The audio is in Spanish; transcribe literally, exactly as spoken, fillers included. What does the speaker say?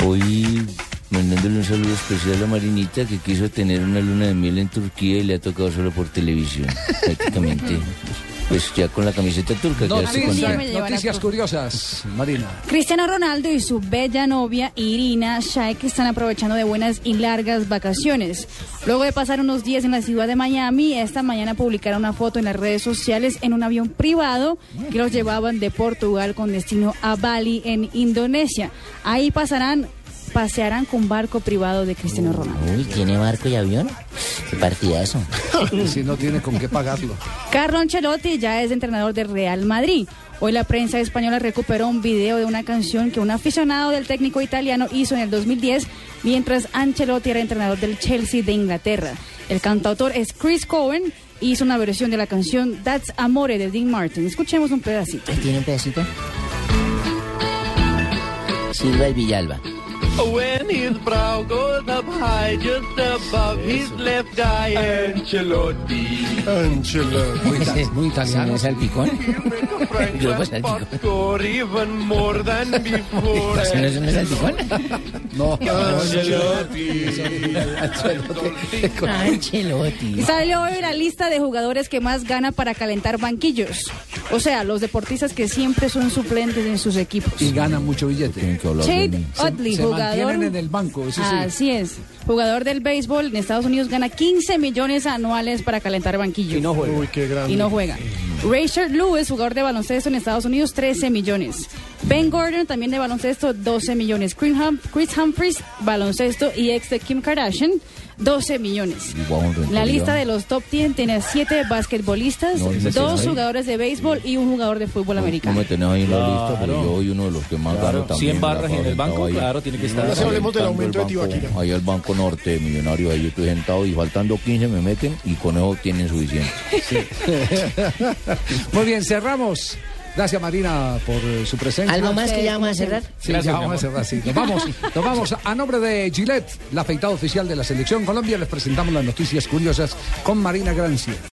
Hoy mandándole un saludo especial a Marinita, que quiso tener una luna de miel en Turquía y le ha tocado solo por televisión, prácticamente. Pues ya con la camiseta turca. Noticia, noticias curiosas, Marina. Cristiano Ronaldo y su bella novia Irina Shayk están aprovechando de buenas y largas vacaciones. Luego de pasar unos días en la ciudad de Miami, esta mañana publicaron una foto en las redes sociales en un avión privado que los llevaban de Portugal con destino a Bali, en Indonesia. Ahí pasarán... pasearán con barco privado de Cristiano Ronaldo. Uy, ¿tiene barco y avión? Qué partidazo. Si no tiene con qué pagarlo. Carlo Ancelotti ya es entrenador del Real Madrid. Hoy la prensa española recuperó un video de una canción que un aficionado del técnico italiano hizo en el dos mil diez, mientras Ancelotti era entrenador del Chelsea de Inglaterra. El cantautor es Chris Cohen y hizo una versión de la canción That's Amore de Dean Martin. Escuchemos un pedacito. ¿Tiene un pedacito? Silva y Villalba. When his brow goes up high, just above his left eye, Ancelotti. Ancelotti. Muy, ta- muy italiano. ¿No es salpicón? Yo pues salpicón. Score even more than before. ¿No es un salpicón? No. Ancelotti. Ancelotti. Ancelotti. Salió hoy la lista de jugadores que más gana para calentar banquillos. O sea, los deportistas que siempre son suplentes en sus equipos. Y ganan mucho billete. Chad Utley, Se jugador. mantienen en el banco, eso sí. Así es. Jugador del béisbol en Estados Unidos, gana quince millones anuales para calentar banquillos. Y no juega. Uy, qué grande. Y no juega. Rashard Lewis, jugador de baloncesto en Estados Unidos, trece millones. Ben Gordon, también de baloncesto, doce millones. Chris, Hum- Chris Humphries, baloncesto y ex de Kim Kardashian, doce millones. La lista de los top diez tiene siete basquetbolistas, No, no dos sé, jugadores de béisbol y un jugador de fútbol No americano. me tenés ahí en la lista, pero Claro. yo soy uno de los que más gano también. cien barras me la en el paso banco, sentado ahí. claro, tiene que estar. Ahora sí hablemos del Calentando aumento de el banco, Tibaquira. ahí al Banco Norte de Millonarios, ahí yo estoy sentado y faltando quince me meten y con eso tienen suficiente. Muy bien, cerramos. Gracias, Marina, por eh, su presencia. ¿Algo más que ya vamos a cerrar? Sí, Gracias, ya mi vamos a amor. cerrar, sí. Nos vamos, nos vamos. A nombre de Gillette, la afeitada oficial de la Selección Colombia, les presentamos las noticias curiosas con Marina Grancia.